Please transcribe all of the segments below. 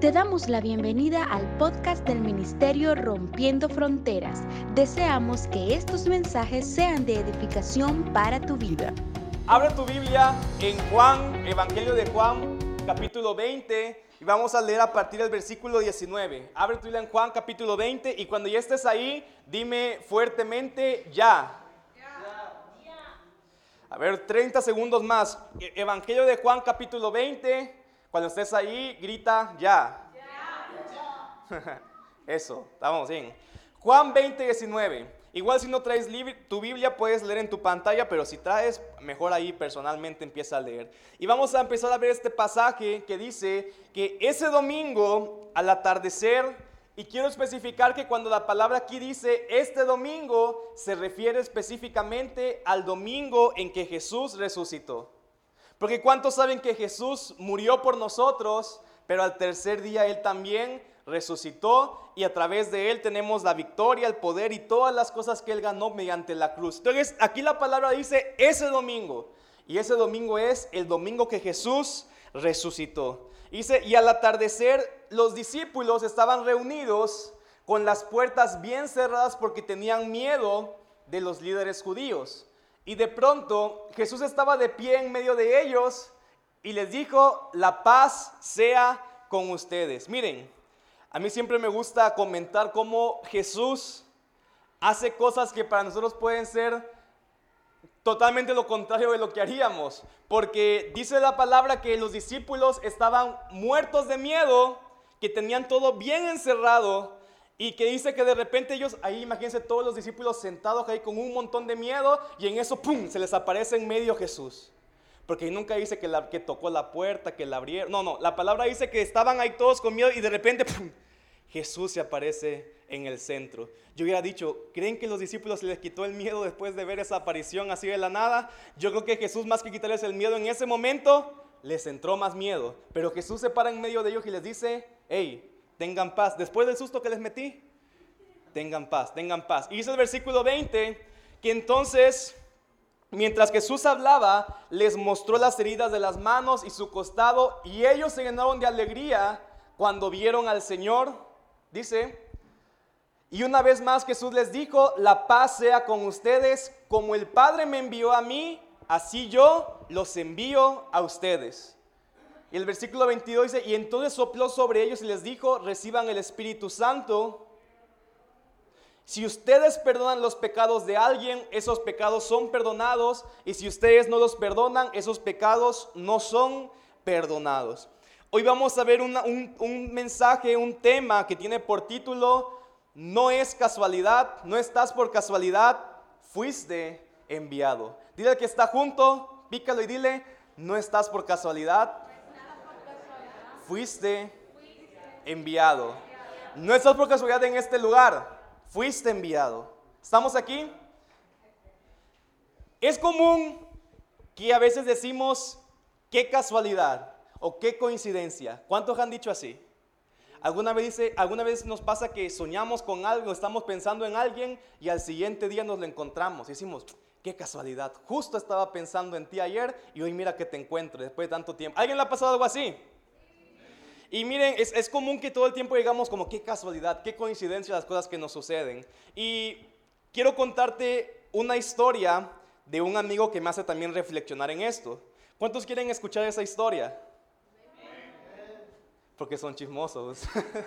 Te damos la bienvenida al podcast del Ministerio Rompiendo Fronteras. Deseamos que estos mensajes sean de edificación para tu vida. Abre tu Biblia en Juan, Evangelio de Juan, capítulo 20, y vamos a leer a partir del versículo 19. Abre tu Biblia en Juan, capítulo 20, y cuando ya estés ahí, dime fuertemente ya. A ver, 30 segundos más. Evangelio de Juan, capítulo 20. Cuando estés ahí, grita ya. Eso, estamos bien. Juan 20, 19. Igual si no traes tu Biblia, puedes leer en tu pantalla, pero si traes, mejor ahí personalmente empieza a leer. Y vamos a empezar a ver este pasaje que dice que ese domingo, al atardecer, y quiero especificar que cuando la palabra aquí dice este domingo, se refiere específicamente al domingo en que Jesús resucitó. Porque ¿cuántos saben que Jesús murió por nosotros, pero al tercer día Él también resucitó y a través de Él tenemos la victoria, el poder y todas las cosas que Él ganó mediante la cruz? Entonces aquí la palabra dice ese domingo, y ese domingo es el domingo que Jesús resucitó. Dice, y al atardecer los discípulos estaban reunidos con las puertas bien cerradas porque tenían miedo de los líderes judíos. Y de pronto Jesús estaba de pie en medio de ellos y les dijo: la paz sea con ustedes. Miren, a mí siempre me gusta comentar cómo Jesús hace cosas que para nosotros pueden ser totalmente lo contrario de lo que haríamos. Porque dice la palabra que los discípulos estaban muertos de miedo, que tenían todo bien encerrado. Y que dice que de repente ellos, ahí imagínense todos los discípulos sentados ahí con un montón de miedo, y en eso, ¡pum!, se les aparece en medio Jesús. Porque nunca dice que tocó la puerta, que la abrieron. No, la palabra dice que estaban ahí todos con miedo y de repente, ¡pum!, Jesús se aparece en el centro. Yo hubiera dicho, ¿creen que los discípulos se les quitó el miedo después de ver esa aparición así de la nada? Yo creo que Jesús, más que quitarles el miedo en ese momento, les entró más miedo. Pero Jesús se para en medio de ellos y les dice: hey, tengan paz. Después del susto que les metí, tengan paz, tengan paz. Y dice el versículo 20, que entonces, mientras Jesús hablaba, les mostró las heridas de las manos y su costado, y ellos se llenaron de alegría cuando vieron al Señor. Dice, y una vez más Jesús les dijo: la paz sea con ustedes, como el Padre me envió a mí, así yo los envío a ustedes. Y el versículo 22 dice, y entonces sopló sobre ellos y les dijo: reciban el Espíritu Santo. Si ustedes perdonan los pecados de alguien, esos pecados son perdonados, y si ustedes no los perdonan, esos pecados no son perdonados. Hoy vamos a ver un mensaje, un tema que tiene por título: no es casualidad, no estás por casualidad, fuiste enviado. Dile al que está junto, pícalo y dile: no estás por casualidad, fuiste enviado. No estás por casualidad en este lugar, fuiste enviado. ¿Estamos aquí? Es común que a veces decimos: qué casualidad o qué coincidencia. ¿Cuántos han dicho así? ¿Alguna vez nos pasa que soñamos con algo, estamos pensando en alguien y al siguiente día nos lo encontramos y decimos: qué casualidad, justo estaba pensando en ti ayer y hoy mira que te encuentro después de tanto tiempo? ¿Alguien le ha pasado algo así? Y miren, es común que todo el tiempo digamos como: qué casualidad, qué coincidencia las cosas que nos suceden. Y quiero contarte una historia de un amigo que me hace también reflexionar en esto. ¿Cuántos quieren escuchar esa historia? Porque son chismosos.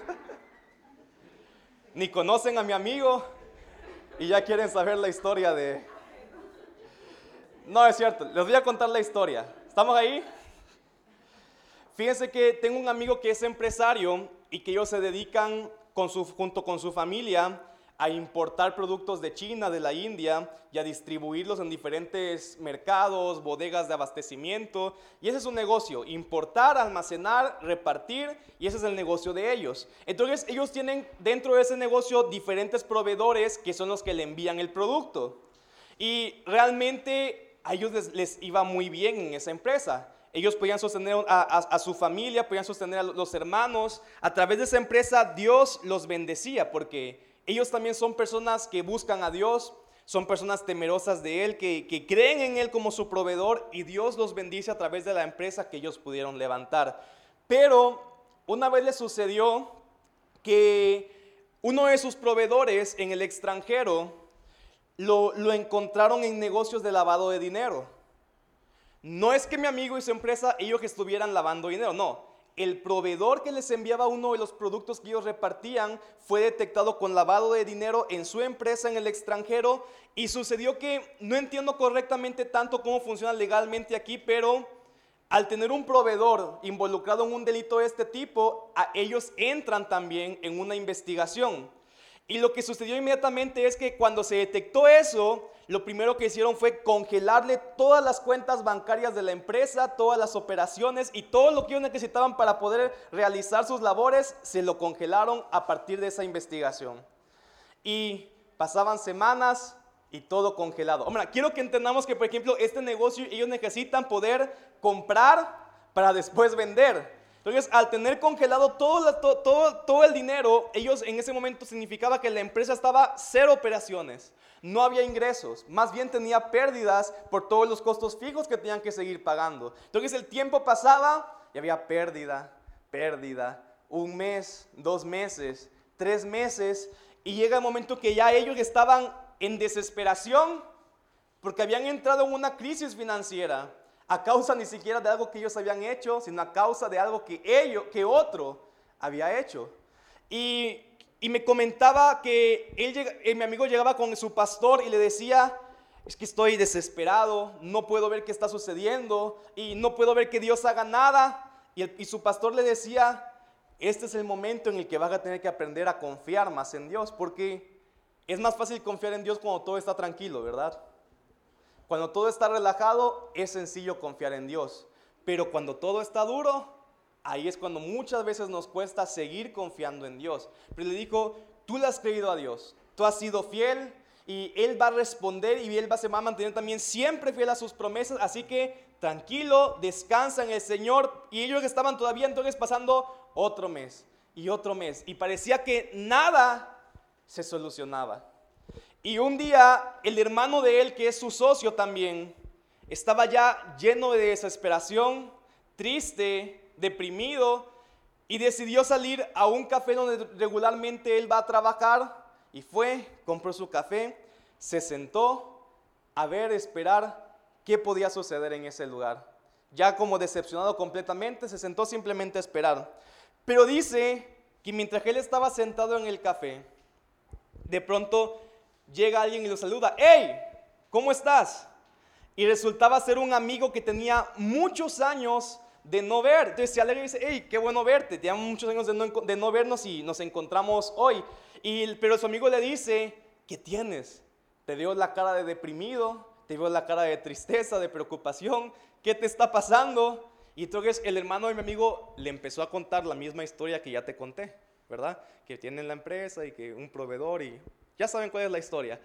Ni conocen a mi amigo y ya quieren saber la historia de... No, es cierto, les voy a contar la historia. ¿Estamos ahí? Fíjense que tengo un amigo que es empresario y que ellos se dedican junto con su familia a importar productos de China, de la India, y a distribuirlos en diferentes mercados, bodegas de abastecimiento. Y ese es un negocio: importar, almacenar, repartir, y ese es el negocio de ellos. Entonces ellos tienen dentro de ese negocio diferentes proveedores que son los que le envían el producto. Y realmente a ellos les iba muy bien en esa empresa. Ellos podían sostener a su familia, podían sostener a los hermanos. A través de esa empresa Dios los bendecía, porque ellos también son personas que buscan a Dios, son personas temerosas de Él, que creen en Él como su proveedor, y Dios los bendice a través de la empresa que ellos pudieron levantar. Pero una vez le sucedió que uno de sus proveedores en el extranjero lo encontraron en negocios de lavado de dinero. No es que mi amigo y su empresa, ellos que estuvieran lavando dinero, no. El proveedor que les enviaba uno de los productos que ellos repartían fue detectado con lavado de dinero en su empresa en el extranjero, y sucedió que, no entiendo correctamente tanto cómo funciona legalmente aquí, pero al tener un proveedor involucrado en un delito de este tipo, ellos entran también en una investigación. Y lo que sucedió inmediatamente es que cuando se detectó eso, lo primero que hicieron fue congelarle todas las cuentas bancarias de la empresa, todas las operaciones y todo lo que ellos necesitaban para poder realizar sus labores, se lo congelaron a partir de esa investigación. Y pasaban semanas y todo congelado. Hombre, quiero que entendamos que, por ejemplo, este negocio, ellos necesitan poder comprar para después vender. Entonces, al tener congelado todo el dinero, ellos en ese momento significaba que la empresa estaba cero operaciones, no había ingresos, más bien tenía pérdidas por todos los costos fijos que tenían que seguir pagando. Entonces el tiempo pasaba y había pérdida, un mes, 2 meses, 3 meses, y llega el momento que ya ellos estaban en desesperación porque habían entrado en una crisis financiera. A causa ni siquiera de algo que ellos habían hecho, sino a causa de algo que otro había hecho. Y me comentaba que mi amigo llegaba con su pastor y le decía: es que estoy desesperado, no puedo ver qué está sucediendo y no puedo ver que Dios haga nada. Y su pastor le decía: este es el momento en el que vas a tener que aprender a confiar más en Dios, porque es más fácil confiar en Dios cuando todo está tranquilo, ¿verdad? Cuando todo está relajado, es sencillo confiar en Dios. Pero cuando todo está duro, ahí es cuando muchas veces nos cuesta seguir confiando en Dios. Pero le dijo: tú le has creído a Dios, tú has sido fiel y Él va a responder y Él se va a mantener también siempre fiel a sus promesas. Así que tranquilo, descansa en el Señor. Y ellos estaban todavía entonces pasando otro mes y parecía que nada se solucionaba. Y un día el hermano de él, que es su socio también, estaba ya lleno de desesperación, triste, deprimido, y decidió salir a un café donde regularmente él va a trabajar. Y fue, compró su café, se sentó a esperar qué podía suceder en ese lugar. Ya como decepcionado completamente, se sentó simplemente a esperar. Pero dice que mientras él estaba sentado en el café, de pronto llega alguien y lo saluda: ¡Hey! ¿Cómo estás? Y resultaba ser un amigo que tenía muchos años de no ver. Entonces se alegra y dice: ¡Hey! ¡Qué bueno verte! Teníamos muchos años de no vernos y nos encontramos hoy. Pero su amigo le dice: ¿qué tienes? Te veo la cara de deprimido, te veo la cara de tristeza, de preocupación. ¿Qué te está pasando? Y entonces el hermano de mi amigo le empezó a contar la misma historia que ya te conté, ¿verdad? Que tienen la empresa y que un proveedor y... ya saben cuál es la historia.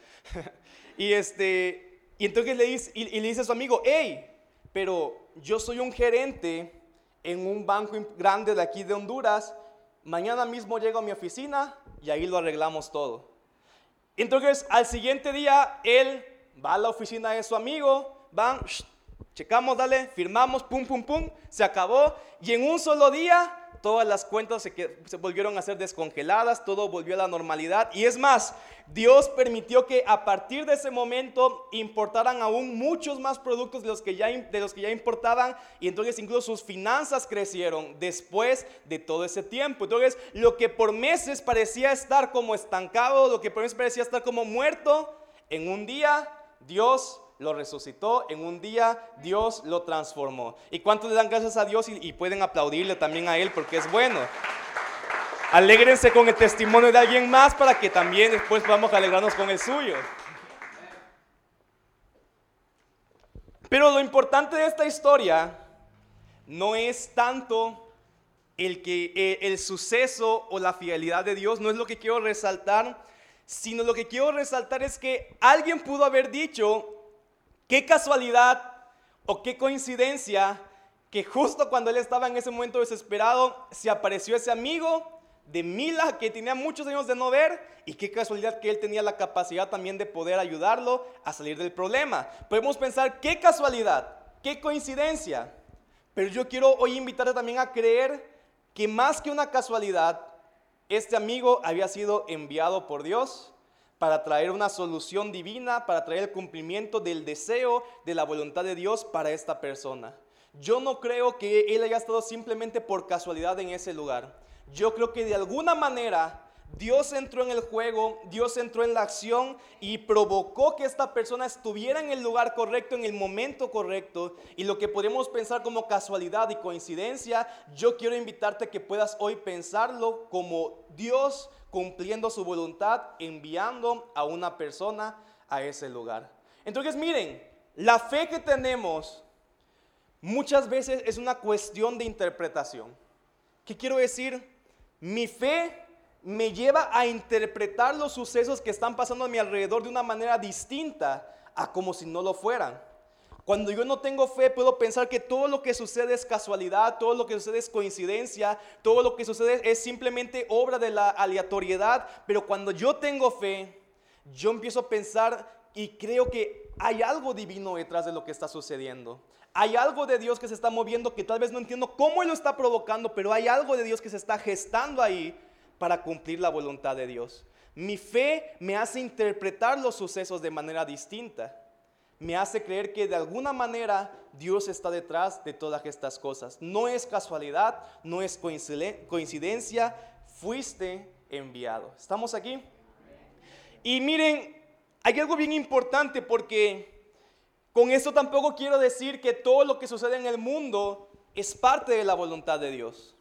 y entonces le dice a su amigo: hey, pero yo soy un gerente en un banco grande de aquí de Honduras. Mañana mismo llego a mi oficina y ahí lo arreglamos todo. Entonces al siguiente día él va a la oficina de su amigo, van, checamos, dale, firmamos, pum, pum, pum, se acabó. Y en un solo día todas las cuentas se volvieron a ser descongeladas, todo volvió a la normalidad. Y es más, Dios permitió que a partir de ese momento importaran aún muchos más productos de los que ya importaban, y entonces incluso sus finanzas crecieron después de todo ese tiempo. Entonces lo que por meses parecía estar como estancado, lo que por meses parecía estar como muerto, en un día Dios lo resucitó, en un día Dios lo transformó. ¿Y cuántos le dan gracias a Dios y pueden aplaudirle también a Él porque es bueno? Alégrense con el testimonio de alguien más para que también después podamos alegrarnos con el suyo. Pero lo importante de esta historia no es tanto el suceso o la fidelidad de Dios, no es lo que quiero resaltar, sino lo que quiero resaltar es que alguien pudo haber dicho: qué casualidad o qué coincidencia que justo cuando él estaba en ese momento desesperado se apareció ese amigo de Mila que tenía muchos años de no ver, y qué casualidad que él tenía la capacidad también de poder ayudarlo a salir del problema. Podemos pensar: qué casualidad, qué coincidencia, pero yo quiero hoy invitarte también a creer que más que una casualidad, este amigo había sido enviado por Dios para traer una solución divina, para traer el cumplimiento del deseo, de la voluntad de Dios para esta persona. Yo no creo que él haya estado simplemente por casualidad en ese lugar. Yo creo que de alguna manera Dios entró en el juego, Dios entró en la acción y provocó que esta persona estuviera en el lugar correcto, en el momento correcto. Y lo que podemos pensar como casualidad y coincidencia, yo quiero invitarte a que puedas hoy pensarlo como Dios cumpliendo su voluntad, enviando a una persona a ese lugar. Entonces miren, la fe que tenemos muchas veces es una cuestión de interpretación. ¿Qué quiero decir? Mi fe me lleva a interpretar los sucesos que están pasando a mi alrededor de una manera distinta a como si no lo fueran. Cuando yo no tengo fe, puedo pensar que todo lo que sucede es casualidad, todo lo que sucede es coincidencia, todo lo que sucede es simplemente obra de la aleatoriedad. Pero cuando yo tengo fe, yo empiezo a pensar y creo que hay algo divino detrás de lo que está sucediendo. Hay algo de Dios que se está moviendo que tal vez no entiendo cómo Él lo está provocando, pero hay algo de Dios que se está gestando ahí para cumplir la voluntad de Dios. Mi fe me hace interpretar los sucesos de manera distinta. Me hace creer que de alguna manera Dios está detrás de todas estas cosas. No es casualidad, no es coincidencia, fuiste enviado. ¿Estamos aquí? Y miren, hay algo bien importante porque con esto tampoco quiero decir que todo lo que sucede en el mundo es parte de la voluntad de Dios.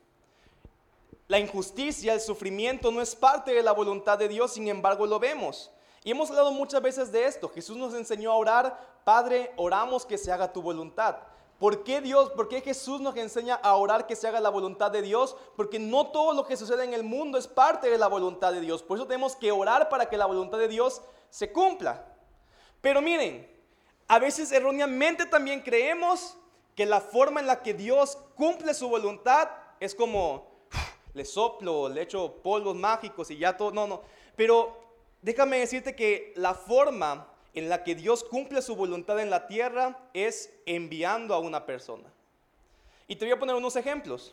La injusticia, el sufrimiento no es parte de la voluntad de Dios, sin embargo lo vemos. Y hemos hablado muchas veces de esto. Jesús nos enseñó a orar, Padre, oramos que se haga tu voluntad. ¿Por qué Jesús nos enseña a orar que se haga la voluntad de Dios? Porque no todo lo que sucede en el mundo es parte de la voluntad de Dios. Por eso tenemos que orar para que la voluntad de Dios se cumpla. Pero miren, a veces erróneamente también creemos que la forma en la que Dios cumple su voluntad es como le soplo, le echo polvos mágicos y ya todo. No. Pero déjame decirte que la forma en la que Dios cumple su voluntad en la tierra es enviando a una persona. Y te voy a poner unos ejemplos.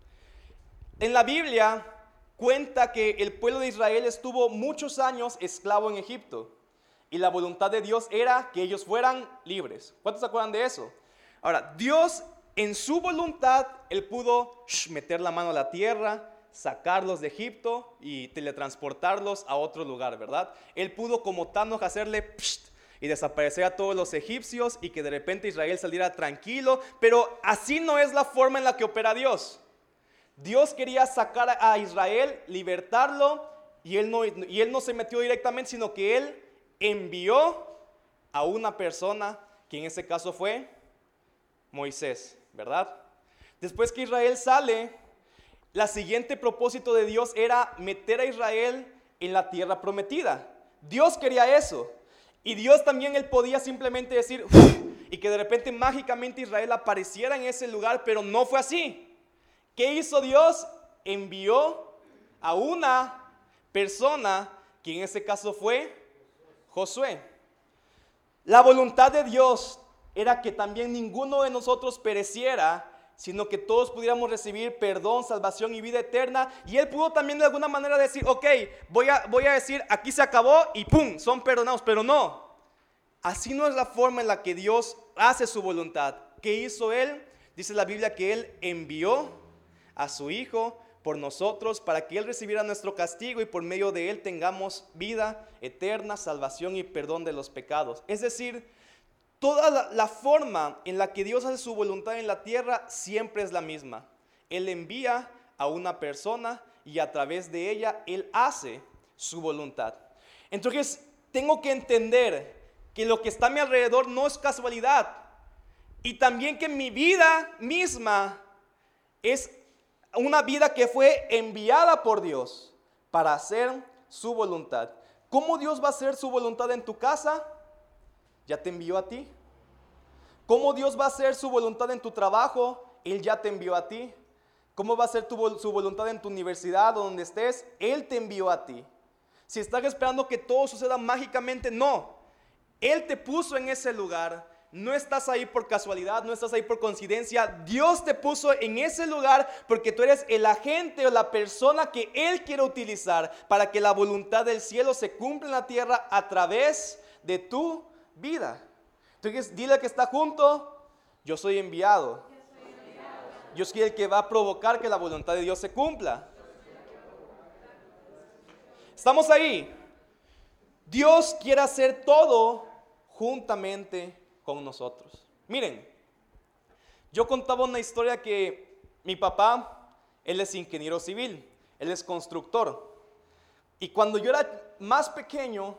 En la Biblia cuenta que el pueblo de Israel estuvo muchos años esclavo en Egipto. Y la voluntad de Dios era que ellos fueran libres. ¿Cuántos se acuerdan de eso? Ahora, Dios en su voluntad, Él pudo meter la mano a la tierra, sacarlos de Egipto y teletransportarlos a otro lugar, ¿verdad? Él pudo como Thanos hacerle y desaparecer a todos los egipcios y que de repente Israel saliera tranquilo, pero así no es la forma en la que opera Dios. Dios quería sacar a Israel, libertarlo, y él no se metió directamente, sino que Él envió a una persona, que en ese caso fue Moisés, ¿verdad? Después que Israel sale, el siguiente propósito de Dios era meter a Israel en la tierra prometida. Dios quería eso. Y Dios también, Él podía simplemente decir, y que de repente mágicamente Israel apareciera en ese lugar, pero no fue así. ¿Qué hizo Dios? Envió a una persona, que en ese caso fue Josué. La voluntad de Dios era que también ninguno de nosotros pereciera, sino que todos pudiéramos recibir perdón, salvación y vida eterna. Y Él pudo también de alguna manera decir, ok, voy a decir, aquí se acabó y ¡pum!, son perdonados. Pero no, así no es la forma en la que Dios hace su voluntad. ¿Qué hizo Él? Dice la Biblia que Él envió a su Hijo por nosotros para que Él recibiera nuestro castigo y por medio de Él tengamos vida eterna, salvación y perdón de los pecados. Es decir, toda la forma en la que Dios hace su voluntad en la tierra siempre es la misma. Él envía a una persona y a través de ella Él hace su voluntad. Entonces tengo que entender que lo que está a mi alrededor no es casualidad. Y también que mi vida misma es una vida que fue enviada por Dios para hacer su voluntad. ¿Cómo Dios va a hacer su voluntad en tu casa? Ya te envió a ti. ¿Cómo Dios va a hacer su voluntad en tu trabajo? Él ya te envió a ti. ¿Cómo va a ser su voluntad en tu universidad o donde estés? Él te envió a ti. Si estás esperando que todo suceda mágicamente, no. Él te puso en ese lugar, no estás ahí por casualidad, no estás ahí por coincidencia. Dios te puso en ese lugar porque tú eres el agente o la persona que Él quiere utilizar para que la voluntad del cielo se cumpla en la tierra a través de tu vida. Entonces dile al que está junto: yo soy enviado. Yo soy el que va a provocar que la voluntad de Dios se cumpla. ¿Estamos ahí? Dios quiere hacer todo juntamente con nosotros. Miren, yo contaba una historia que mi papá, él es ingeniero civil, él es constructor. Y cuando yo era pequeño,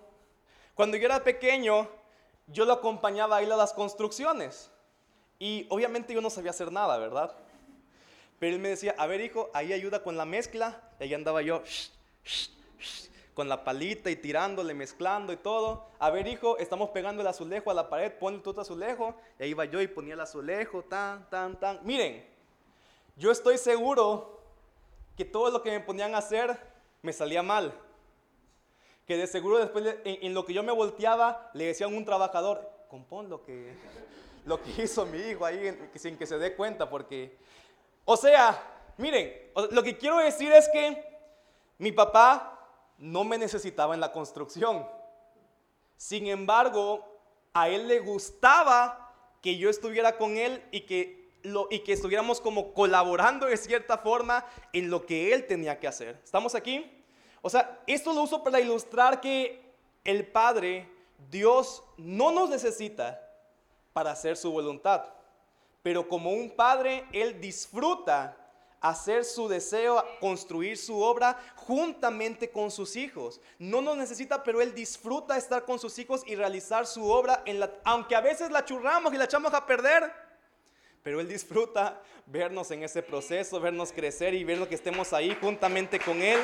yo lo acompañaba a ir a las construcciones. Y obviamente yo no sabía hacer nada, ¿verdad? Pero él me decía: a ver, hijo, ahí ayuda con la mezcla. Y ahí andaba yo, con la palita y tirándole, mezclando y todo. A ver, hijo, estamos pegando el azulejo a la pared, ponle tú tu azulejo. Y ahí iba yo y ponía el azulejo, tan. Miren, yo estoy seguro que todo lo que me ponían a hacer me salía mal. Que de seguro después en lo que yo me volteaba, le decían a un trabajador: compón lo que hizo mi hijo ahí sin que se dé cuenta, porque, o sea, miren, lo que quiero decir es que mi papá no me necesitaba en la construcción. Sin embargo, a él le gustaba que yo estuviera con él y que estuviéramos como colaborando de cierta forma en lo que él tenía que hacer. ¿Estamos aquí? O sea, esto lo uso para ilustrar que el Padre, Dios, no nos necesita para hacer su voluntad. Pero como un padre, Él disfruta hacer su deseo, construir su obra juntamente con sus hijos. No nos necesita, pero Él disfruta estar con sus hijos y realizar su obra, aunque a veces la churramos y la echamos a perder. Pero Él disfruta vernos en ese proceso, vernos crecer y ver que estemos ahí juntamente con Él.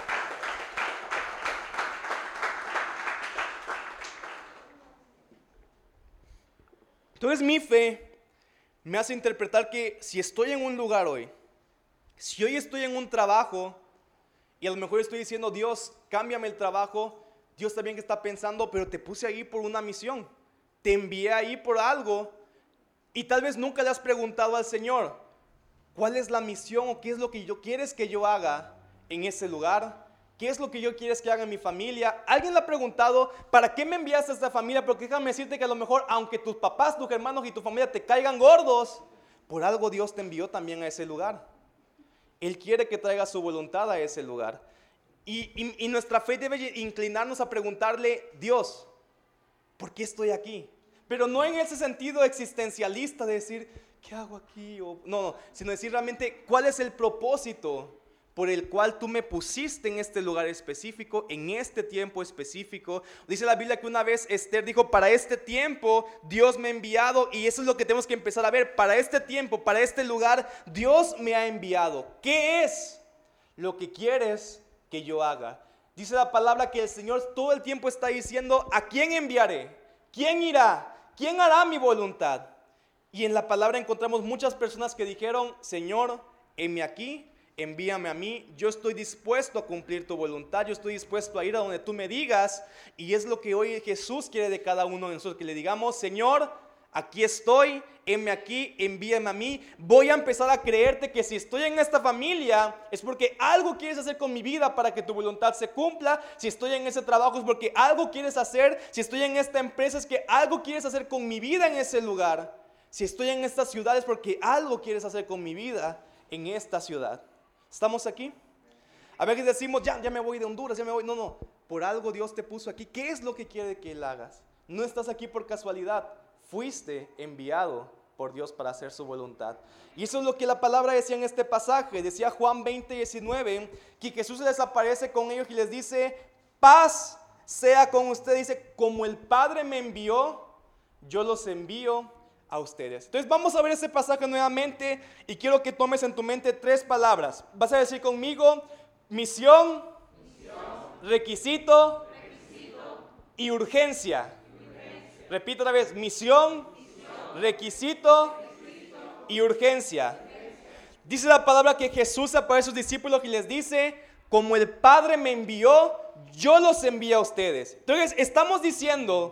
Entonces mi fe me hace interpretar que si estoy en un lugar hoy, si hoy estoy en un trabajo y a lo mejor estoy diciendo: Dios, cámbiame el trabajo, Dios también que está pensando, pero te puse ahí por una misión, te envié ahí por algo, y tal vez nunca le has preguntado al Señor: ¿cuál es la misión o qué es lo que quieres que yo haga en ese lugar? ¿Qué es lo que yo quieres que haga en mi familia? ¿Alguien le ha preguntado: ¿para qué me enviaste a esta familia? Porque déjame decirte que a lo mejor, aunque tus papás, tus hermanos y tu familia te caigan gordos, por algo Dios te envió también a ese lugar. Él quiere que traiga su voluntad a ese lugar. Y nuestra fe debe inclinarnos a preguntarle: Dios, ¿por qué estoy aquí? Pero no en ese sentido existencialista de decir: ¿qué hago aquí? No, sino decir realmente: ¿cuál es el propósito por el cual tú me pusiste en este lugar específico, en este tiempo específico? Dice la Biblia que una vez Esther dijo: para este tiempo Dios me ha enviado, y eso es lo que tenemos que empezar a ver. Para este tiempo, para este lugar, Dios me ha enviado. ¿Qué es lo que quieres que yo haga? Dice la palabra que el Señor todo el tiempo está diciendo: ¿a quién enviaré? ¿Quién irá? ¿Quién hará mi voluntad? Y en la palabra encontramos muchas personas que dijeron: Señor, heme aquí, envíame a mí, yo estoy dispuesto a cumplir tu voluntad, yo estoy dispuesto a ir a donde tú me digas. Y es lo que hoy Jesús quiere de cada uno de nosotros, que le digamos: Señor, aquí estoy, heme aquí, envíame a mí. Voy a empezar a creerte que si estoy en esta familia es porque algo quieres hacer con mi vida para que tu voluntad se cumpla. Si estoy en ese trabajo es porque algo quieres hacer. Si estoy en esta empresa es que algo quieres hacer con mi vida en ese lugar. Si estoy en esta ciudad es porque algo quieres hacer con mi vida en esta ciudad. ¿Estamos aquí? A veces decimos: ya me voy de Honduras, ya me voy. No, por algo Dios te puso aquí. ¿Qué es lo que quiere que Él hagas? No estás aquí por casualidad. Fuiste enviado por Dios para hacer su voluntad. Y eso es lo que la palabra decía en este pasaje. Decía Juan 20:19, que Jesús se les aparece con ellos y les dice: paz sea con ustedes. Dice: como el Padre me envió, yo los envío a ustedes. Entonces vamos a ver ese pasaje nuevamente y quiero que tomes en tu mente 3 palabras. Vas a decir conmigo: misión, requisito y urgencia. Repito otra vez: misión, requisito y urgencia. Dice la palabra que Jesús aparece a sus discípulos y les dice: como el Padre me envió, yo los envío a ustedes. Entonces estamos diciendo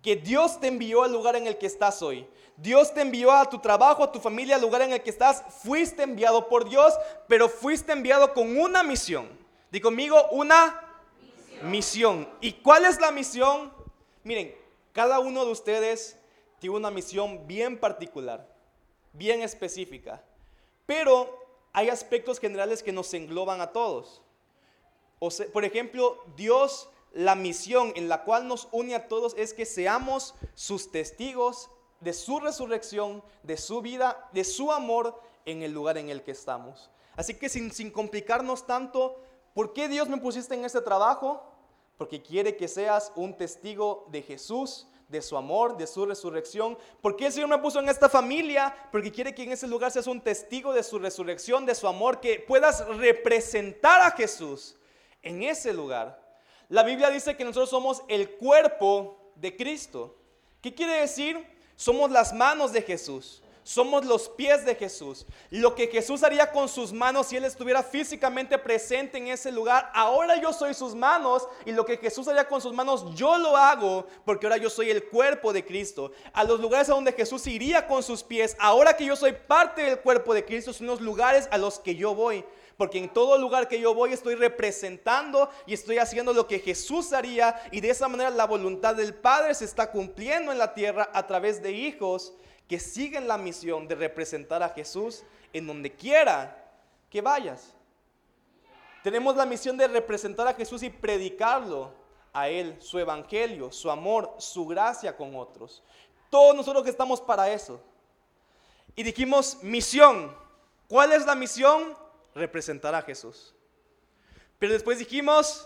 que Dios te envió al lugar en el que estás hoy. Dios te envió a tu trabajo, a tu familia, al lugar en el que estás. Fuiste enviado por Dios, pero fuiste enviado con una misión. Di conmigo, una misión. ¿Y cuál es la misión? Miren, cada uno de ustedes tiene una misión bien particular, bien específica. Pero hay aspectos generales que nos engloban a todos. O sea, por ejemplo, Dios, la misión en la cual nos une a todos es que seamos sus testigos de su resurrección, de su vida, de su amor en el lugar en el que estamos. Así que sin complicarnos tanto, ¿por qué Dios me pusiste en este trabajo? Porque quiere que seas un testigo de Jesús, de su amor, de su resurrección. ¿Por qué el Señor me puso en esta familia? Porque quiere que en ese lugar seas un testigo de su resurrección, de su amor, que puedas representar a Jesús en ese lugar. La Biblia dice que nosotros somos el cuerpo de Cristo. ¿Qué quiere decir? Somos las manos de Jesús, somos los pies de Jesús. Lo que Jesús haría con sus manos si Él estuviera físicamente presente en ese lugar, ahora yo soy sus manos, y lo que Jesús haría con sus manos yo lo hago, porque ahora yo soy el cuerpo de Cristo. A los lugares a donde Jesús iría con sus pies, ahora que yo soy parte del cuerpo de Cristo, son los lugares a los que yo voy. Porque en todo lugar que yo voy estoy representando y estoy haciendo lo que Jesús haría, y de esa manera la voluntad del Padre se está cumpliendo en la tierra a través de hijos que siguen la misión de representar a Jesús en donde quiera que vayas. Tenemos la misión de representar a Jesús y predicarlo a Él, su evangelio, su amor, su gracia con otros. Todos nosotros que estamos para eso. Y dijimos misión. ¿Cuál es la misión? Representar a Jesús. Pero después dijimos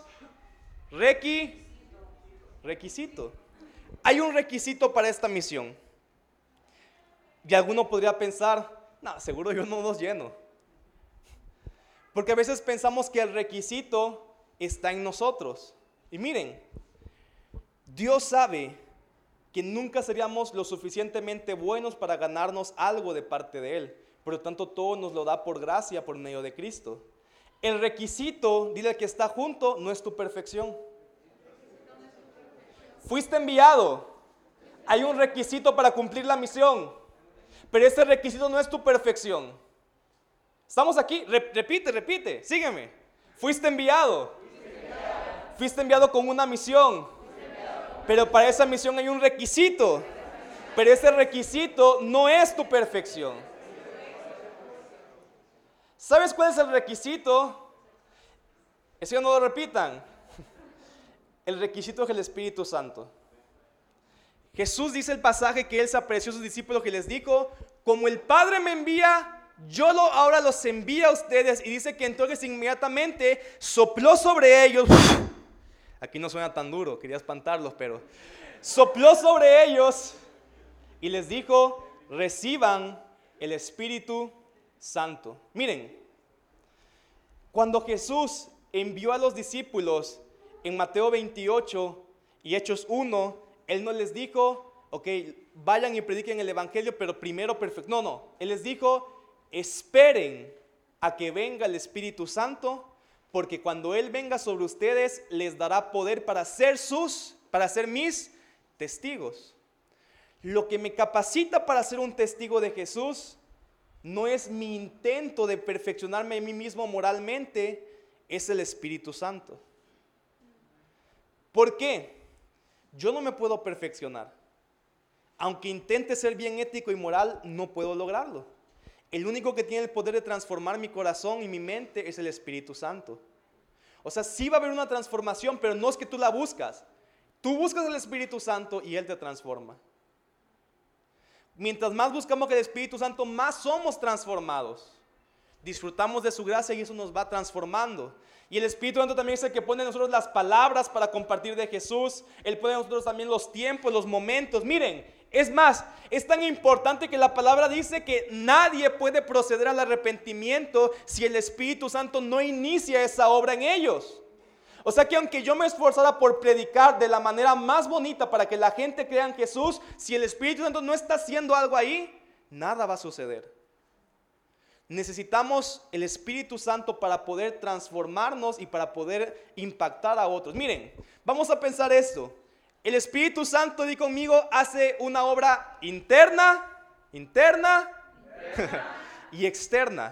requisito. Hay un requisito para esta misión. Y alguno podría pensar, no, seguro yo no los lleno. Porque a veces pensamos que el requisito está en nosotros. Y miren, Dios sabe que nunca seríamos lo suficientemente buenos para ganarnos algo de parte de Él. Por lo tanto, todo nos lo da por gracia, por medio de Cristo. El requisito, dile al que está junto, no es tu perfección. Fuiste enviado. Hay un requisito para cumplir la misión. Pero ese requisito no es tu perfección. Estamos aquí, repite, sígueme. Fuiste enviado. Fuiste enviado con una misión. Pero para esa misión hay un requisito. Pero ese requisito no es tu perfección. ¿Sabes cuál es el requisito? Eso ya no lo repitan. El requisito es el Espíritu Santo. Jesús dice el pasaje que Él se apreció a sus discípulos, que les dijo, como el Padre me envía, yo ahora los envío a ustedes. Y dice que entonces inmediatamente sopló sobre ellos. Aquí no suena tan duro, quería espantarlos, pero sopló sobre ellos y les dijo, reciban el Espíritu Santo. Miren, cuando Jesús envió a los discípulos en Mateo 28 y Hechos 1, Él no les dijo, ok, vayan y prediquen el evangelio, pero primero perfecto. No, Él les dijo, esperen a que venga el Espíritu Santo, porque cuando Él venga sobre ustedes, les dará poder para ser mis testigos. Lo que me capacita para ser un testigo de Jesús no es mi intento de perfeccionarme a mí mismo moralmente, es el Espíritu Santo. ¿Por qué? Yo no me puedo perfeccionar. Aunque intente ser bien ético y moral, no puedo lograrlo. El único que tiene el poder de transformar mi corazón y mi mente es el Espíritu Santo. O sea, sí va a haber una transformación, pero no es que tú la buscas. Tú buscas el Espíritu Santo y Él te transforma. Mientras más buscamos el Espíritu Santo, más somos transformados. Disfrutamos de su gracia y eso nos va transformando. Y el Espíritu Santo también es el que pone en nosotros las palabras para compartir de Jesús. Él pone en nosotros también los tiempos, los momentos. Miren, es más, es tan importante que la palabra dice que nadie puede proceder al arrepentimiento si el Espíritu Santo no inicia esa obra en ellos. O sea que aunque yo me esforzara por predicar de la manera más bonita para que la gente crea en Jesús, si el Espíritu Santo no está haciendo algo ahí, nada va a suceder. Necesitamos el Espíritu Santo para poder transformarnos y para poder impactar a otros. Miren, vamos a pensar esto. El Espíritu Santo, di conmigo, hace una obra interna y externa.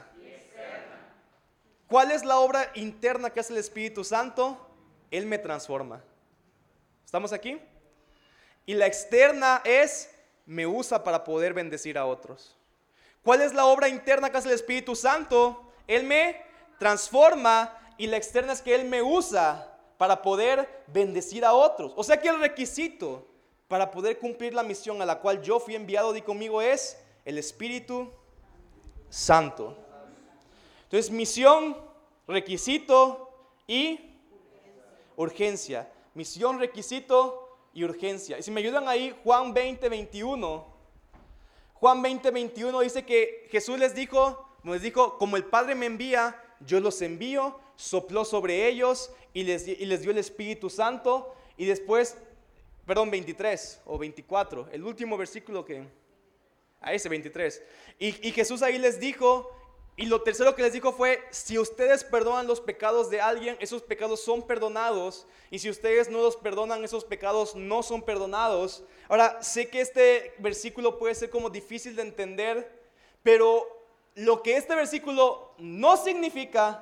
¿Cuál es la obra interna que hace el Espíritu Santo? Él me transforma. ¿Estamos aquí? Y la externa es, me usa para poder bendecir a otros. ¿Cuál es la obra interna que hace el Espíritu Santo? Él me transforma, y la externa es que Él me usa para poder bendecir a otros. O sea que el requisito para poder cumplir la misión a la cual yo fui enviado, di conmigo, es el Espíritu Santo. Entonces, misión, requisito y urgencia. Misión, requisito y urgencia. Y si me ayudan ahí, Juan 20:21. Juan 20:21 dice que Jesús nos dijo, como el Padre me envía, yo los envío. Sopló sobre ellos y les dio el Espíritu Santo. Y después, 23 o 24, el último versículo a ese 23. Y Jesús ahí les dijo, y lo tercero que les dijo fue, si ustedes perdonan los pecados de alguien, esos pecados son perdonados. Y si ustedes no los perdonan, esos pecados no son perdonados. Ahora, sé que este versículo puede ser como difícil de entender, pero lo que este versículo no significa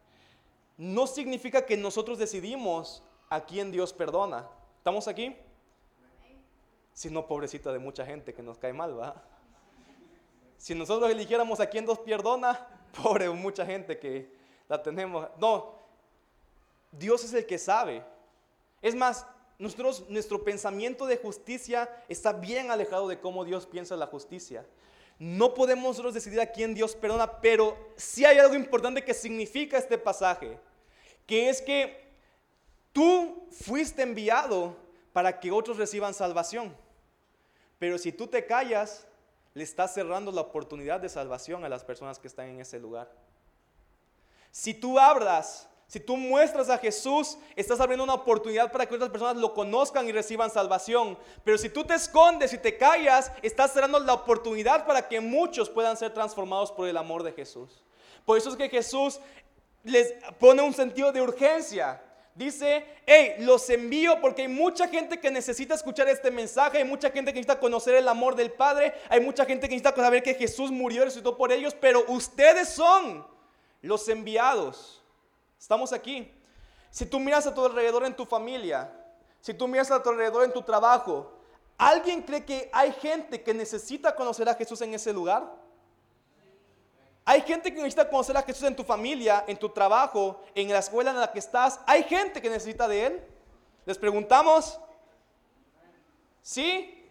que nosotros decidimos a quién Dios perdona. ¿Estamos aquí? Si no, pobrecita de mucha gente que nos cae mal, ¿va? Si nosotros eligiéramos a quién Dios perdona, pobre mucha gente que la tenemos. No, Dios es el que sabe. Es más, nuestro pensamiento de justicia está bien alejado de cómo Dios piensa la justicia. No podemos nosotros decidir a quién Dios perdona, pero sí hay algo importante que significa este pasaje, que es que tú fuiste enviado para que otros reciban salvación. Pero si tú te callas, le estás cerrando la oportunidad de salvación a las personas que están en ese lugar. Si tú hablas, si tú muestras a Jesús, estás abriendo una oportunidad para que otras personas lo conozcan y reciban salvación. Pero si tú te escondes y te callas, estás cerrando la oportunidad para que muchos puedan ser transformados por el amor de Jesús. Por eso es que Jesús les pone un sentido de urgencia. Dice, hey, los envío porque hay mucha gente que necesita escuchar este mensaje, hay mucha gente que necesita conocer el amor del Padre, hay mucha gente que necesita saber que Jesús murió y resucitó por ellos, pero ustedes son los enviados. Estamos aquí. Si tú miras a tu alrededor en tu familia, si tú miras a tu alrededor en tu trabajo, ¿alguien cree que hay gente que necesita conocer a Jesús en ese lugar? Hay gente que necesita conocer a Jesús en tu familia, en tu trabajo, en la escuela en la que estás. Hay gente que necesita de Él. ¿Les preguntamos? ¿Sí?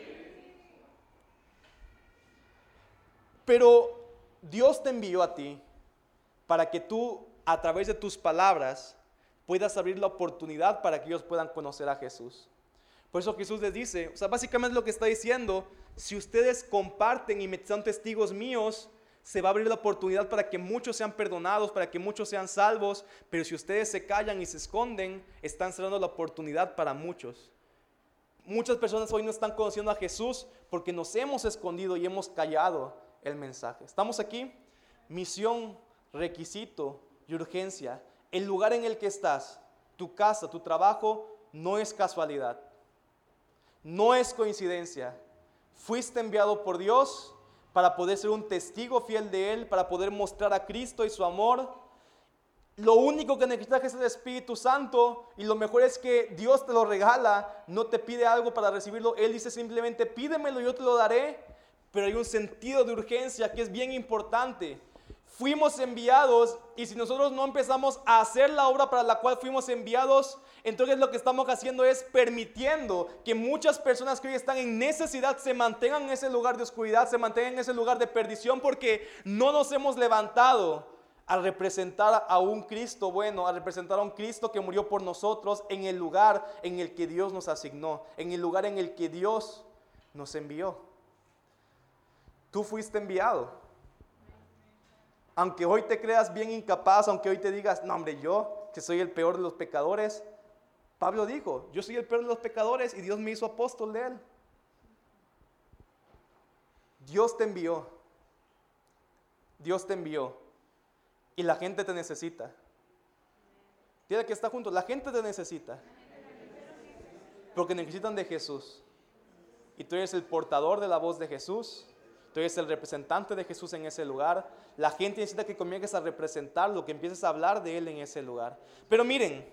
Pero Dios te envió a ti para que tú, a través de tus palabras, puedas abrir la oportunidad para que ellos puedan conocer a Jesús. Por eso Jesús les dice, o sea, básicamente lo que está diciendo, si ustedes comparten y me son testigos míos, se va a abrir la oportunidad para que muchos sean perdonados, para que muchos sean salvos. Pero si ustedes se callan y se esconden, están cerrando la oportunidad para muchos. Muchas personas hoy no están conociendo a Jesús porque nos hemos escondido y hemos callado el mensaje. ¿Estamos aquí? Misión, requisito y urgencia. El lugar en el que estás, tu casa, tu trabajo, no es casualidad. No es coincidencia. Fuiste enviado por Dios para poder ser un testigo fiel de Él, para poder mostrar a Cristo y su amor. Lo único que necesitas es el Espíritu Santo, y lo mejor es que Dios te lo regala, no te pide algo para recibirlo. Él dice simplemente, pídemelo, yo te lo daré. Pero hay un sentido de urgencia que es bien importante. Fuimos enviados, y si nosotros no empezamos a hacer la obra para la cual fuimos enviados, entonces lo que estamos haciendo es permitiendo que muchas personas que hoy están en necesidad se mantengan en ese lugar de oscuridad, se mantengan en ese lugar de perdición, porque no nos hemos levantado a representar a un Cristo bueno, a representar a un Cristo que murió por nosotros en el lugar en el que Dios nos asignó, en el lugar en el que Dios nos envió. Tú fuiste enviado. Aunque hoy te creas bien incapaz, aunque hoy te digas, no hombre, yo que soy el peor de los pecadores. Pablo dijo, yo soy el peor de los pecadores y Dios me hizo apóstol de él. Dios te envió. Dios te envió. Y la gente te necesita. Tiene que estar juntos, la gente te necesita. Porque necesitan de Jesús. Y tú eres el portador de la voz de Jesús. Tú eres el representante de Jesús en ese lugar. La gente necesita que comiences a representarlo, que empieces a hablar de Él en ese lugar. Pero miren,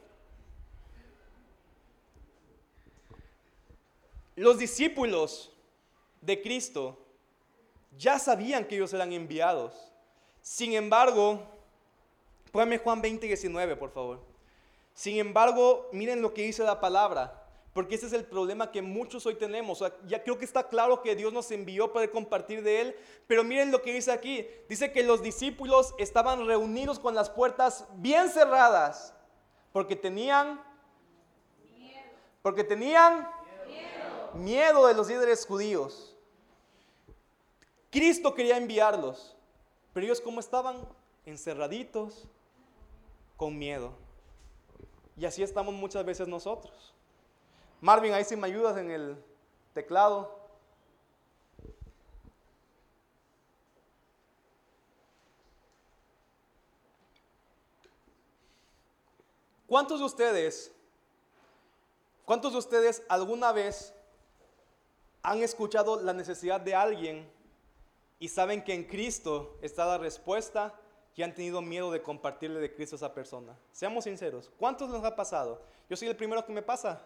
los discípulos de Cristo ya sabían que ellos eran enviados. Sin embargo, póngame Juan 20:19, por favor. Sin embargo, miren lo que dice la palabra. Porque ese es el problema que muchos hoy tenemos. O sea, ya creo que está claro que Dios nos envió para compartir de Él. Pero miren lo que dice aquí. Dice que los discípulos estaban reunidos con las puertas bien cerradas. Porque tenían miedo de los líderes judíos. Cristo quería enviarlos. Pero ellos, ¿cómo estaban? Encerraditos, con miedo. Y así estamos muchas veces nosotros. Marvin, ahí sí me ayudas en el teclado. ¿Cuántos de ustedes alguna vez han escuchado la necesidad de alguien y saben que en Cristo está la respuesta y han tenido miedo de compartirle de Cristo a esa persona? Seamos sinceros, ¿cuántos les ha pasado? Yo soy el primero que me pasa.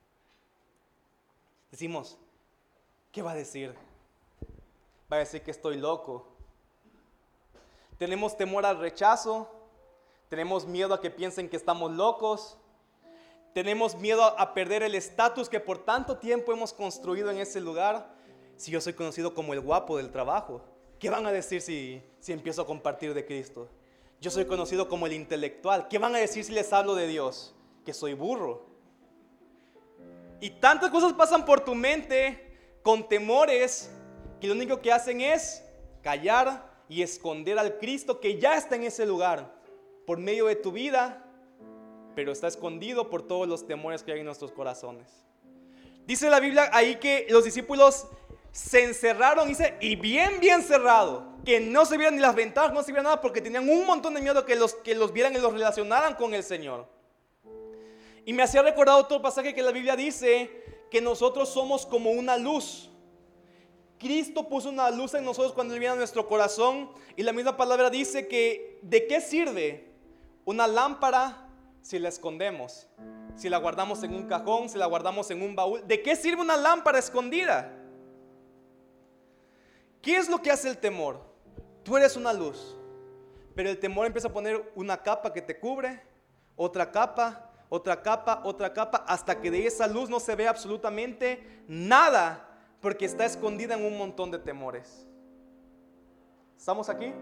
Decimos, ¿qué va a decir? Va a decir que estoy loco. Tenemos temor al rechazo. Tenemos miedo a que piensen que estamos locos. Tenemos miedo a perder el estatus que por tanto tiempo hemos construido en ese lugar. Si yo soy conocido como el guapo del trabajo, ¿qué van a decir si empiezo a compartir de Cristo? Yo soy conocido como el intelectual. ¿Qué van a decir si les hablo de Dios? Que soy burro. Y tantas cosas pasan por tu mente con temores que lo único que hacen es callar y esconder al Cristo que ya está en ese lugar por medio de tu vida, pero está escondido por todos los temores que hay en nuestros corazones. Dice la Biblia ahí que los discípulos se encerraron, dice, y bien cerrado, que no se vieran ni las ventanas, no se viera nada, porque tenían un montón de miedo que los vieran y los relacionaran con el Señor. Y me hacía recordar otro pasaje que la Biblia dice que nosotros somos como una luz. Cristo puso una luz en nosotros cuando Él viene a nuestro corazón. Y la misma palabra dice que ¿de qué sirve una lámpara si la escondemos? Si la guardamos en un cajón, si la guardamos en un baúl. ¿De qué sirve una lámpara escondida? ¿Qué es lo que hace el temor? Tú eres una luz, pero el temor empieza a poner una capa que te cubre, otra capa, hasta que de esa luz no se ve absolutamente nada, porque está escondida en un montón de temores. ¿Estamos aquí?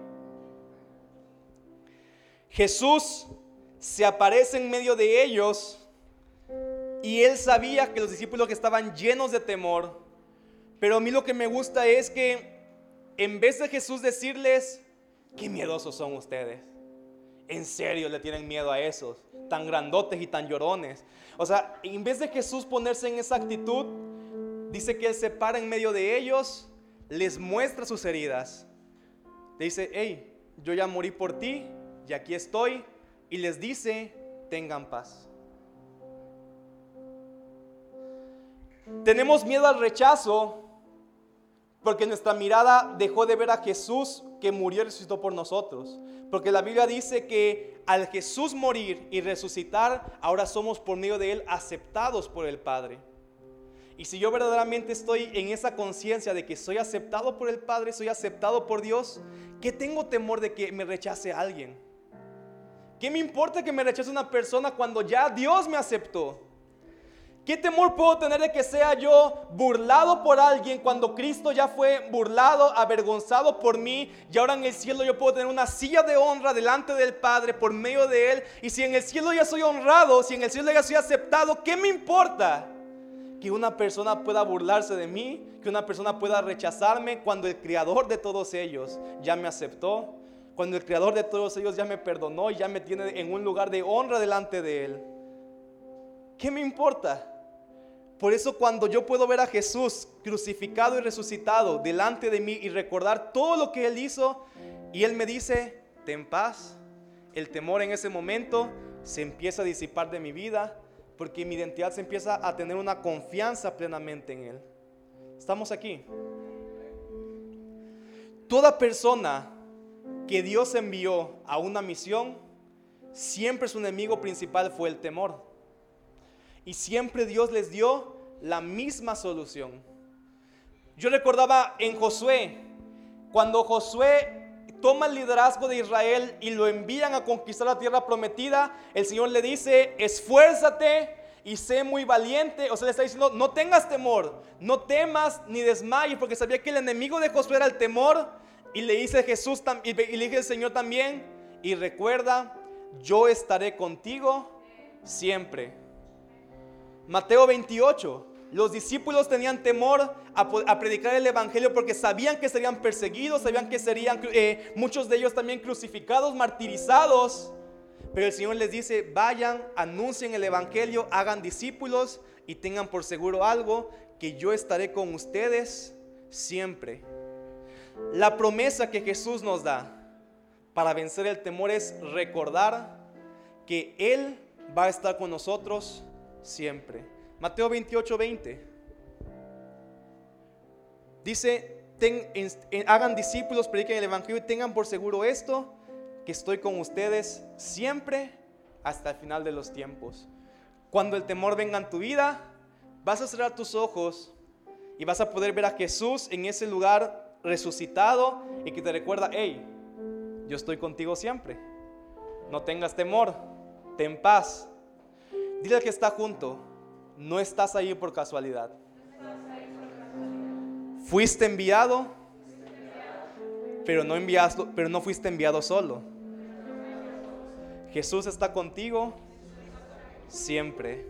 Jesús se aparece en medio de ellos y Él sabía que los discípulos que estaban llenos de temor, pero a mí lo que me gusta es que en vez de Jesús decirles, qué miedosos son ustedes, en serio le tienen miedo a esos tan grandotes y tan llorones. O sea, en vez de Jesús ponerse en esa actitud, dice que Él se para en medio de ellos, les muestra sus heridas. Le dice, hey, yo ya morí por ti y aquí estoy. Y les dice, tengan paz. Tenemos miedo al rechazo porque nuestra mirada dejó de ver a Jesús que murió y resucitó por nosotros. Porque la Biblia dice que al Jesús morir y resucitar, ahora somos por medio de Él aceptados por el Padre. Y si yo verdaderamente estoy en esa conciencia de que soy aceptado por el Padre, soy aceptado por Dios, ¿qué tengo temor de que me rechace alguien? ¿Qué me importa que me rechace una persona cuando ya Dios me aceptó? ¿Qué temor puedo tener de que sea yo burlado por alguien cuando Cristo ya fue burlado, avergonzado por mí, y ahora en el cielo yo puedo tener una silla de honra delante del Padre por medio de Él? Y si en el cielo ya soy honrado, si en el cielo ya soy aceptado, ¿qué me importa que una persona pueda burlarse de mí, que una persona pueda rechazarme cuando el Creador de todos ellos ya me aceptó, cuando el Creador de todos ellos ya me perdonó y ya me tiene en un lugar de honra delante de Él? ¿Qué me importa? Por eso cuando yo puedo ver a Jesús crucificado y resucitado delante de mí y recordar todo lo que Él hizo, y Él me dice, ten paz, el temor en ese momento se empieza a disipar de mi vida, porque mi identidad se empieza a tener una confianza plenamente en Él. ¿Estamos aquí? Toda persona que Dios envió a una misión, siempre su enemigo principal fue el temor. Y siempre Dios les dio la misma solución. Yo recordaba en Josué, cuando Josué toma el liderazgo de Israel y lo envían a conquistar la tierra prometida, el Señor le dice: esfuérzate y sé muy valiente. O sea, le está diciendo: no tengas temor, no temas ni desmayes, porque sabía que el enemigo de Josué era el temor. Y le dice Jesús, y le dice el Señor también: y recuerda, yo estaré contigo siempre. Mateo 28. Los discípulos tenían temor a predicar el evangelio porque sabían que serían perseguidos, sabían que serían muchos de ellos también crucificados, martirizados. Pero el Señor les dice: vayan, anuncien el evangelio, hagan discípulos y tengan por seguro algo, que yo estaré con ustedes siempre. La promesa que Jesús nos da para vencer el temor es recordar que Él va a estar con nosotros siempre. Mateo 28:20 dice: hagan discípulos, prediquen el evangelio y tengan por seguro esto, que estoy con ustedes siempre hasta el final de los tiempos. Cuando el temor venga en tu vida, vas a cerrar tus ojos y vas a poder ver a Jesús en ese lugar resucitado y que te recuerda: hey, yo estoy contigo siempre, no tengas temor, ten paz. Dile al que está junto: no estás ahí por casualidad. Fuiste enviado, pero no fuiste enviado solo. Jesús está contigo siempre.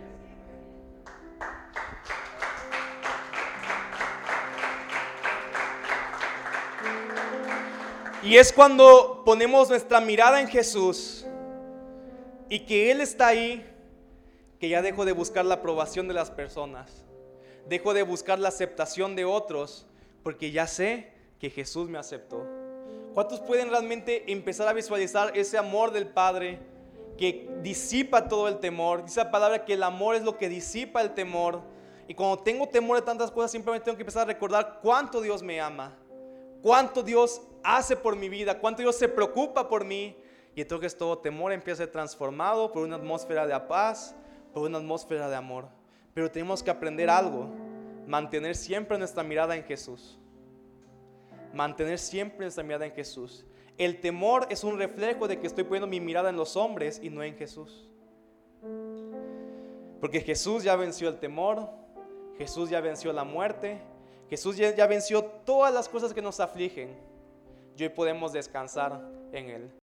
Y es cuando ponemos nuestra mirada en Jesús y que Él está ahí, que ya dejo de buscar la aprobación de las personas, dejo de buscar la aceptación de otros, porque ya sé que Jesús me aceptó. ¿Cuántos pueden realmente empezar a visualizar ese amor del Padre que disipa todo el temor? Dice la palabra que el amor es lo que disipa el temor. Y cuando tengo temor de tantas cosas, simplemente tengo que empezar a recordar cuánto Dios me ama, cuánto Dios hace por mi vida, cuánto Dios se preocupa por mí. Y entonces todo temor empieza a ser transformado por una atmósfera de paz, por una atmósfera de amor. Pero tenemos que aprender algo: mantener siempre nuestra mirada en Jesús. Mantener siempre nuestra mirada en Jesús. El temor es un reflejo de que estoy poniendo mi mirada en los hombres y no en Jesús. Porque Jesús ya venció el temor, Jesús ya venció la muerte, Jesús ya venció todas las cosas que nos afligen. Y hoy podemos descansar en Él.